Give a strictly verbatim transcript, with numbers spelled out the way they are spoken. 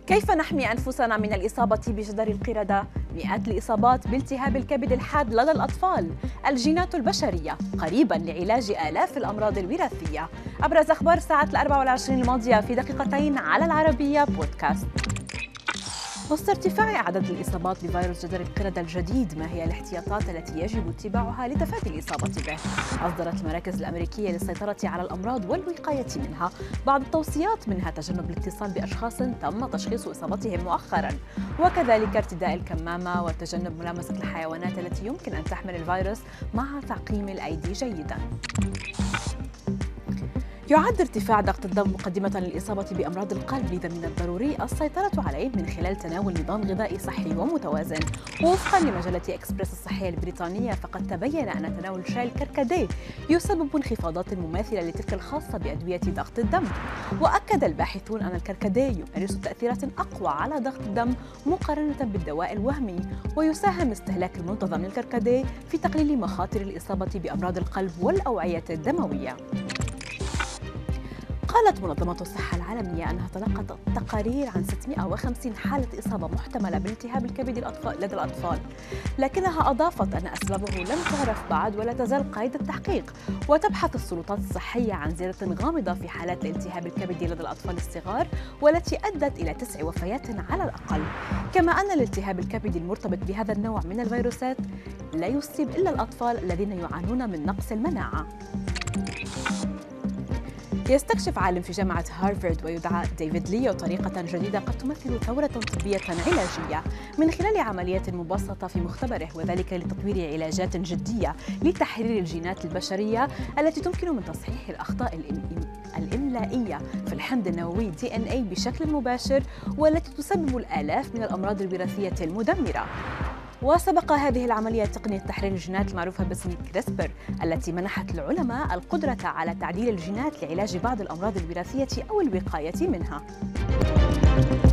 كيف نحمي أنفسنا من الإصابة بجدري القردة؟ مئات الإصابات بالتهاب الكبد الحاد لدى الأطفال، الجينات البشرية قريباً لعلاج آلاف الأمراض الوراثية. أبرز أخبار الساعة الأربع والعشرين الماضية في دقيقتين على العربية بودكاست. وسط ارتفاع عدد الإصابات بفيروس جدري القردة الجديد، ما هي الاحتياطات التي يجب اتباعها لتفادي الإصابة به؟ أصدرت المراكز الأمريكية للسيطرة على الأمراض والوقاية منها بعض التوصيات، منها تجنب الاتصال بأشخاص تم تشخيص إصابتهم مؤخراً، وكذلك ارتداء الكمامة وتجنب ملامسة الحيوانات التي يمكن أن تحمل الفيروس مع تعقيم الأيدي جيداً. يعد ارتفاع ضغط الدم مقدمة للإصابة بأمراض القلب، لذا من الضروري السيطرة عليه من خلال تناول نظام غذائي صحي ومتوازن. ووفقا لمجلة إكسبرس الصحية البريطانية، فقد تبين أن تناول شاي الكركديه يسبب انخفاضات مماثلة لتلك الخاصة بأدوية ضغط الدم. وأكد الباحثون أن الكركديه يمارس تأثيرات أقوى على ضغط الدم مقارنة بالدواء الوهمي، ويساهم استهلاك المنتظم للكركديه في تقليل مخاطر الإصابة بأمراض القلب والأوعية الدموية. قالت منظمة الصحة العالمية أنها تلقت تقارير عن ستمئة وخمسين حالة إصابة محتملة بالتهاب الكبد لدى الأطفال، لكنها أضافت أن أسبابه لم تعرف بعد ولا تزال قيد التحقيق، وتبحث السلطات الصحية عن زيادة غامضة في حالات الالتهاب الكبدي لدى الأطفال الصغار، والتي أدت إلى تسع وفيات على الأقل. كما أن الالتهاب الكبدي المرتبط بهذا النوع من الفيروسات لا يصيب إلا الأطفال الذين يعانون من نقص المناعة. يستكشف عالم في جامعة هارفارد ويدعى ديفيد ليو طريقة جديدة قد تمثل ثورة طبية علاجية من خلال عملية مبسطة في مختبره، وذلك لتطوير علاجات جدية لتحرير الجينات البشرية التي تمكن من تصحيح الأخطاء الإملائية في الحمض النووي دي إن إيه بشكل مباشر، والتي تسبب الآلاف من الأمراض الوراثية المدمرة. وسبق هذه العملية تقنية تحرير الجينات المعروفة باسم كريسبر، التي منحت العلماء القدرة على تعديل الجينات لعلاج بعض الأمراض الوراثية أو الوقاية منها.